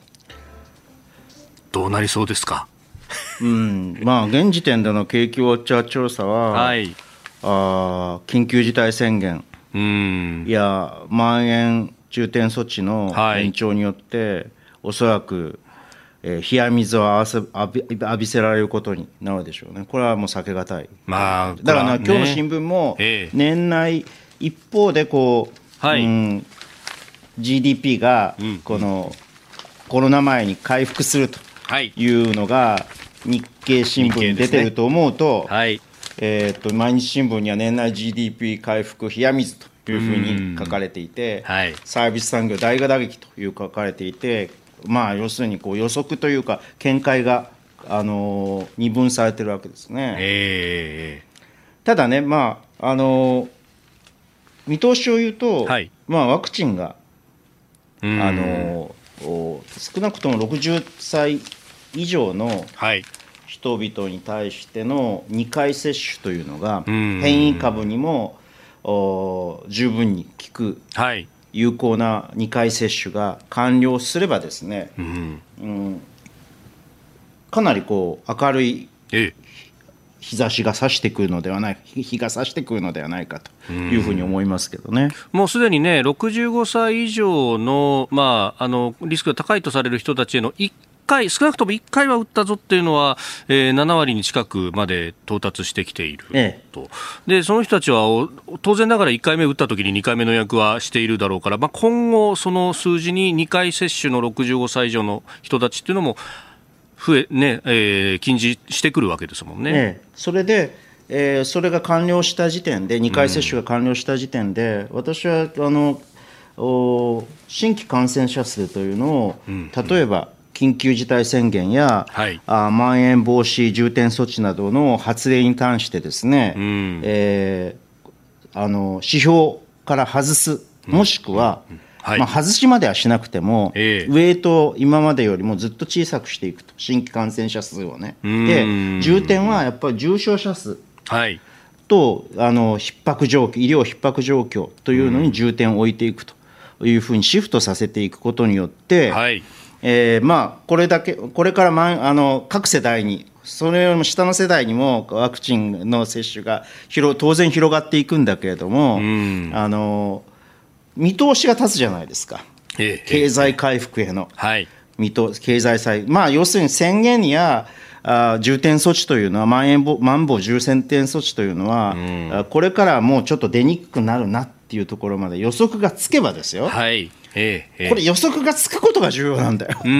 どうなりそうですか。 うんまあ、現時点での景気ウォッチャー調査は、はい、あ緊急事態宣言うんいやまん延重点措置の延長によって、はい、おそらくえー、冷や水を浴び、浴びせられることになるでしょうね。これはもう避けがたい、まあ、だからな、ね、今日の新聞も年内一方でこう、はいうん、ジーディーピー がこのコロナ前に回復するというのが日経新聞に出てると思うと、ねはいえー、と毎日新聞には年内 ジーディーピー 回復冷や水というふうに書かれていて、はい、サービス産業大打撃という書かれていて、まあ、要するにこう予測というか見解が、あのー、二分されてるわけですね、えー、ただね、まああのー、見通しを言うと、はいまあ、ワクチンが、あのー、少なくともろくじゅっさい以上の人々に対してのにかい接種というのが変異株にも十分に効く、はい有効なにかい接種が完了すればですね、うんうん、かなりこう明るい日差しが差してくるのではない日が差してくるのではないかというふうに思いますけどね。 もうすでにねろくじゅうごさい以上の、まあ、あのリスクが高いとされる人たちへのいっかい少なくともいっかいは打ったぞっていうのは、えー、ななわりに近くまで到達してきていると、ええ、でその人たちは当然ながらいっかいめ打った時ににかいめの予約はしているだろうから、まあ、今後その数字ににかい接種のろくじゅうごさい以上の人たちっていうのも増え、ねえー、近似してくるわけですもんね、ええ、それで、えー、それが完了した時点でにかい接種が完了した時点で、うん、私はあの新規感染者数というのを、うん、例えば緊急事態宣言や、はい、あまん延防止重点措置などの発令に関してですね、うんえー、あの指標から外すもしくは、うんはいまあ、外しまではしなくても、えー、ウェイトを今までよりもずっと小さくしていくと新規感染者数をねで重点はやっぱり重症者数と、はい、あの逼迫状況医療逼迫状況というのに重点を置いていくというふうにシフトさせていくことによって、はいえーまあ、これだけこれから、ま、あの各世代にそれよりも下の世代にもワクチンの接種が広当然広がっていくんだけれども、うん、あの見通しが立つじゃないですか、ええ、経済回復への見通し、経済再、まあ、要するに宣言やあ重点措置というのはまん延防まん防重点措置というのは、うん、これからもうちょっと出にくくなるなっていうところまで予測がつけばですよ、はいええ、これ予測がつくことが重要なんだよ。うんうん、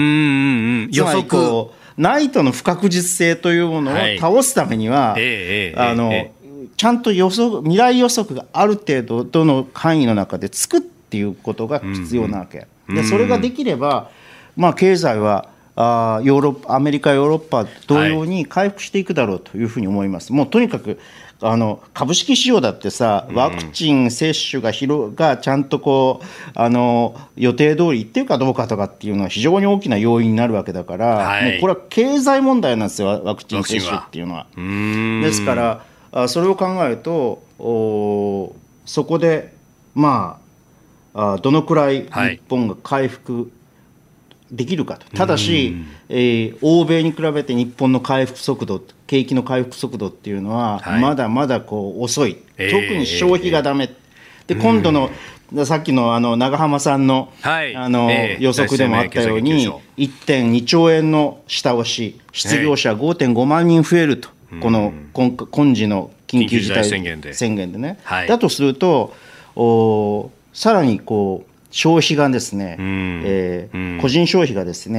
予測ないとの不確実性というものを倒すためには、はいええ、あのええ、ちゃんと予測未来予測がある程度どの範囲の中でつくっていうことが必要なわけ、うんうん、でそれができれば、まあ、経済はあヨーロッパアメリカヨーロッパ同様に回復していくだろうというふうに思います、はい、もうとにかくあの株式市場だってさワクチン接種が広がちゃんとこうあの予定通りいってるかどうかとかっていうのは非常に大きな要因になるわけだから、はい、もうこれは経済問題なんですよワクチン接種っていうのは。うーんですからあそれを考えるとおそこでまああどのくらい日本が回復できるかと、はい、ただし、えー、欧米に比べて日本の回復速度景気の回復速度っていうのは、はい、まだまだこう遅い、えー、特に消費がダメ、えー、で今度のさっき の, あの長浜さん の,、はい、あのえー、予測でもあったように いってんにちょうえんの下押し失業者 ごてんごまんにん増えると、えー、この 今, 今時の緊急事態宣言 で, 宣言でね、はい、だとするとおさらにこう消費がですね、うんえーうん、個人消費がですね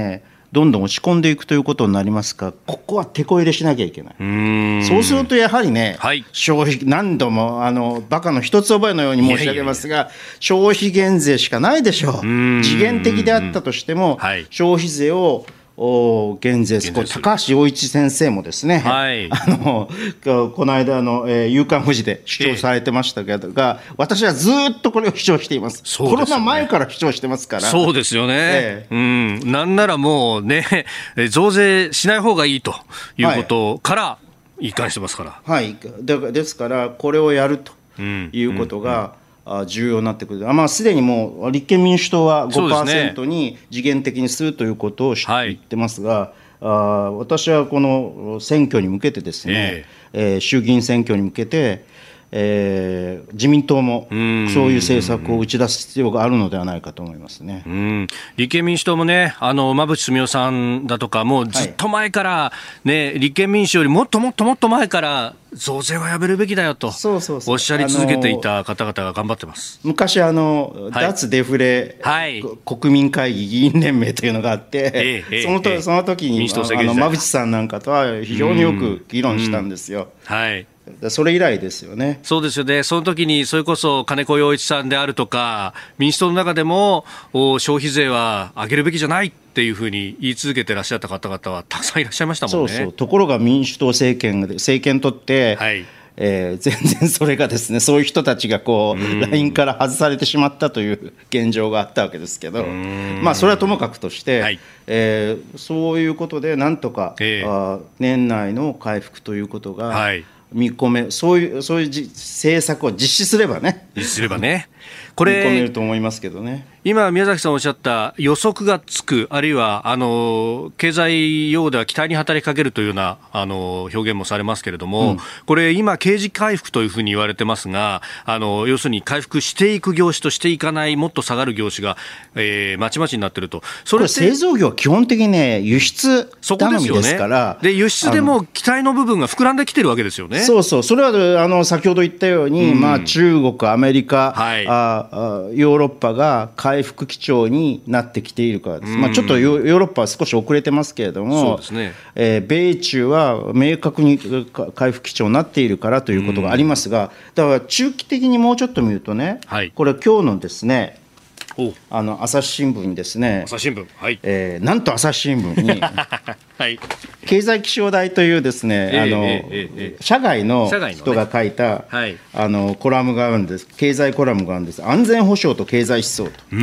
どんどん落ち込んでいくということになりますから、ここは手こ入れしなきゃいけない。うーん、そうするとやはりね、はい、消費何度もあのバカの一つ覚えのように申し上げますが、いやいやいや、消費減税しかないでしょう。次元的であったとしても、はい、消費税を減税する。高橋洋一先生もですね、はい、あのこの間の、えー、夕刊フジで主張されてましたけどが、えー、私はずっとこれを主張しています。そうですよね、コロナ前から主張してますから。 そうですよね、えー、うん、なんならもうね、増税しない方がいいということから一貫してますから、 はい、でですからこれをやるということが、うんうんうん、重要になってくる。まあ、すでにもう立憲民主党は ごパーセント に時限的にするということを言ってますが、はい、あ私はこの選挙に向けてですね、えーえー、衆議院選挙に向けて、えー、自民党もそういう政策を打ち出す必要があるのではないかと思いますね。 うん、立憲民主党もね、あの馬淵澄夫さんだとかもうずっと前から、ね、はい、立憲民主よりもっともっともっと前から増税はやめるべきだよとおっしゃり続けていた方々が頑張ってます。 昔あの、はい、脱デフレ、はい、国民会議議員連盟というのがあって、えー、そのと、えー、その時にあの馬淵さんなんかとは非常によく議論したんですよ。はい、それ以来ですよね。 そうですよね。その時にそれこそ金子陽一さんであるとか民主党の中でも消費税は上げるべきじゃないっていうふうに言い続けていらっしゃった方々はたくさんいらっしゃいましたもんね。 そうそう。ところが民主党政権で政権取って、はい、えー、全然それがですね、そういう人たちがこうラインから外されてしまったという現状があったわけですけど、まあそれはともかくとして、はい、えー、そういうことでなんとか、えー、あ年内の回復ということが、はい、見込め、そういう、そういう政策を実施すればね、 実施すればね、これ見込めると思いますけどね。 今宮崎さんおっしゃった予測がつく、あるいはあの経済用では期待に働きかけるというようなあの表現もされますけれども、うん、これ今経済回復というふうに言われてますが、あの要するに回復していく業種としていかないもっと下がる業種が、えー、まちまちになっていると。 それって製造業は基本的にね輸出頼みですから、 で輸出でも期待の部分が膨らんできてるわけですよね。 そうそう、それはあの先ほど言ったように、うん、まあ、中国、アメリカ、はい、ああヨーロッパが回復基調になってきているからです、まあ、ちょっとヨーロッパは少し遅れてますけれども、そうですね、えー、米中は明確に回復基調になっているからということがありますが、だから中期的にもうちょっと見るとね、はい、これ今日のですね、あの朝日新聞にですね、 朝日新聞、はい、 えー、なんと朝日新聞に、はい、経済気象台というですね、えー、あの、えーえー、社外の人が書いた、ね、はい、あのコラムがあるんです。経済コラムがあるんです。安全保障と経済思想と。うん、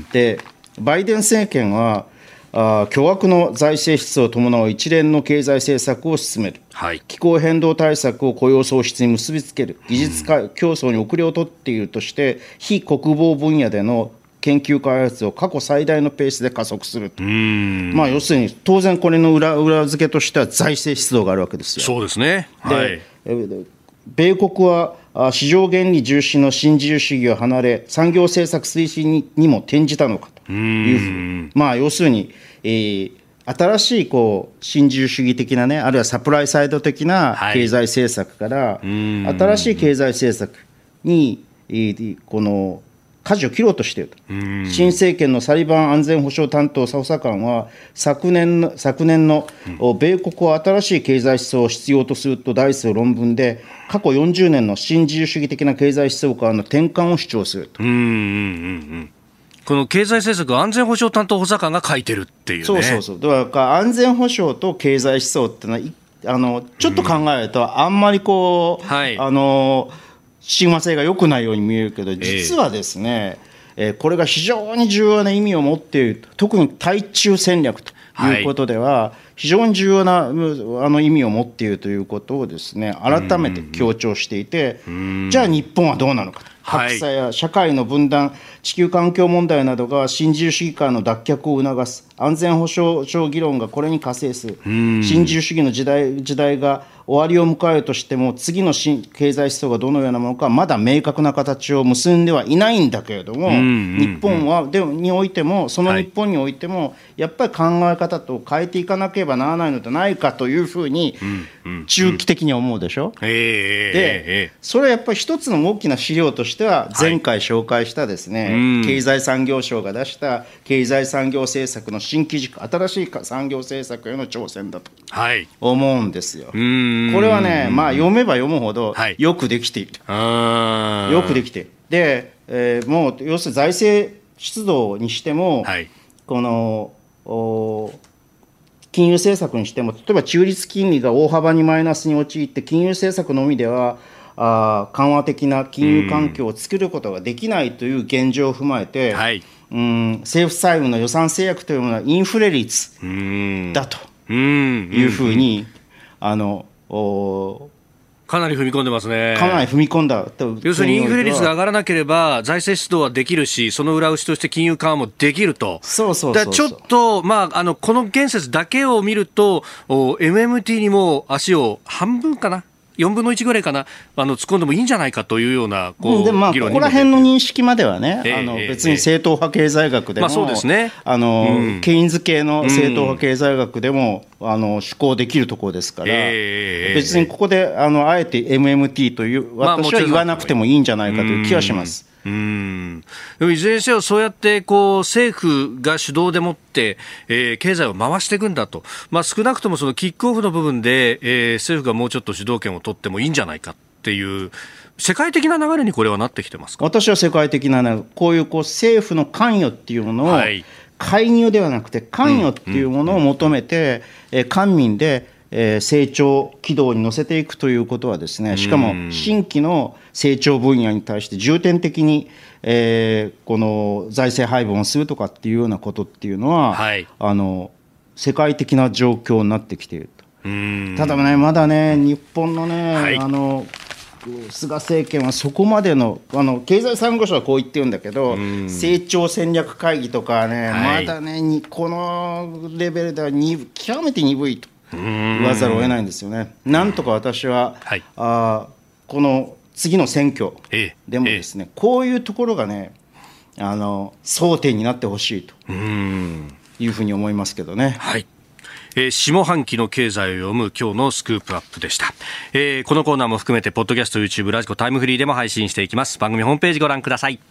でバイデン政権はあ巨額の財政出動を伴う一連の経済政策を進める、はい、気候変動対策を雇用創出に結びつける、技術競争に遅れを取っているとして非国防分野での研究開発を過去最大のペースで加速すると。うーん、まあ、要するに当然これの 裏, 裏付けとしては財政出動があるわけですよ。 そうですね、はい、 で米国は市場原理重視の新自由主義を離れ産業政策推進 に, にも転じたのかというふうに、まあ、要するに、えー、新しいこう新自由主義的なね、あるいはサプライサイド的な経済政策から、はい、新しい経済政策に、えー、この舵を切ろうとしていると。新政権のサリバン安全保障担当補佐官は昨年の、昨年の米国は新しい経済思想を必要とすると題する論文で、過去よんじゅうねんの新自由主義的な経済思想からの転換を主張すると。うんうんうんうん、 この経済政策安全保障担当補佐官が書いてるっていうね。 そうそうそう。だから安全保障と経済思想ってのはあのちょっと考えるとあんまりこう、はい、あの親和性が良くないように見えるけど、実はですね、えー、これが非常に重要な意味を持っている。特に対中戦略ということでは非常に重要なあの意味を持っているということをですね、改めて強調していて、じゃあ日本はどうなのかと。格差や社会の分断、地球環境問題などが新自由主義からの脱却を促す、安全保障上議論がこれに加勢する、新自由主義の時代、時代が終わりを迎えるとしても、次の新経済思想がどのようなものか、まだ明確な形を結んではいないんだけれども、日本はでにおいても、その日本においても、やっぱり考え方と変えていかなければならないのではないかというふうに、 中期的に思うでしょ、うんうん、でそれはやっぱり一つの大きな資料としては前回紹介したですね、はい、経済産業省が出した経済産業政策の新機軸、新しい産業政策への挑戦だと思うんですよ、はい、これはね、まあ、読めば読むほどよくできている、はい、よくできている。で、えー、もう要するに財政出動にしても、はい、この金融政策にしても、例えば中立金利が大幅にマイナスに陥って金融政策のみではあ緩和的な金融環境を作ることができないという現状を踏まえて、はい、うん政府債務の予算制約というものはインフレ率だというふうにあのかなり踏み込んでますね。 かなり踏み込んだ。 要するにインフレ率が上がらなければ財政出動はできるし、その裏打ちとして金融緩和もできると。 そうそうそうそう。 だちょっと、まあ、あのこの言説だけを見ると エムエムティー にも足を半分かなよんぶんのいちぐらいかなあの突っ込んでもいいんじゃないかというようなこう、 うんでまあ、ここら辺の認識まではね、えー、あの別に正統派経済学でも、まあそうですね、あのうん、ケインズ系の正統派経済学でも、うん、あの施行できるところですから、えー、別にここであのあえて エムエムティー という私は言わなくてもいいんじゃないかという気はします。 うんでもいずれにせよそうやってこう政府が主導でもって、えー、経済を回していくんだと、まあ、少なくともそのキックオフの部分で、えー、政府がもうちょっと主導権を取ってもいいんじゃないかっていう世界的な流れにこれはなってきてますか。 私は世界的な、ね、こういう、こう政府の関与っていうものを、はい、介入ではなくて関与っていうものを求めて、うんうん、官民でえー、成長軌道に乗せていくということはですね、しかも新規の成長分野に対して重点的に、えー、この財政配分をするとかっていうようなことっていうのは、はい、あの世界的な状況になってきていると。うんただね、まだね日本のね、はい、あの菅政権はそこまで の, あの経済産業省はこう言ってるんだけど、成長戦略会議とかね、はい、まだねにこのレベルではに極めて鈍いと言わざるを得ないんですよね。なんとか私は、はい、あこの次の選挙でもですね、ええ、こういうところがねあの争点になってほしいというふうに思いますけどね。 はい、えー、下半期の経済を読む今日のスクープアップでした。えー、このコーナーも含めてポッドキャスト、YouTube、ラジコ、タイムフリーでも配信していきます。番組ホームページご覧ください。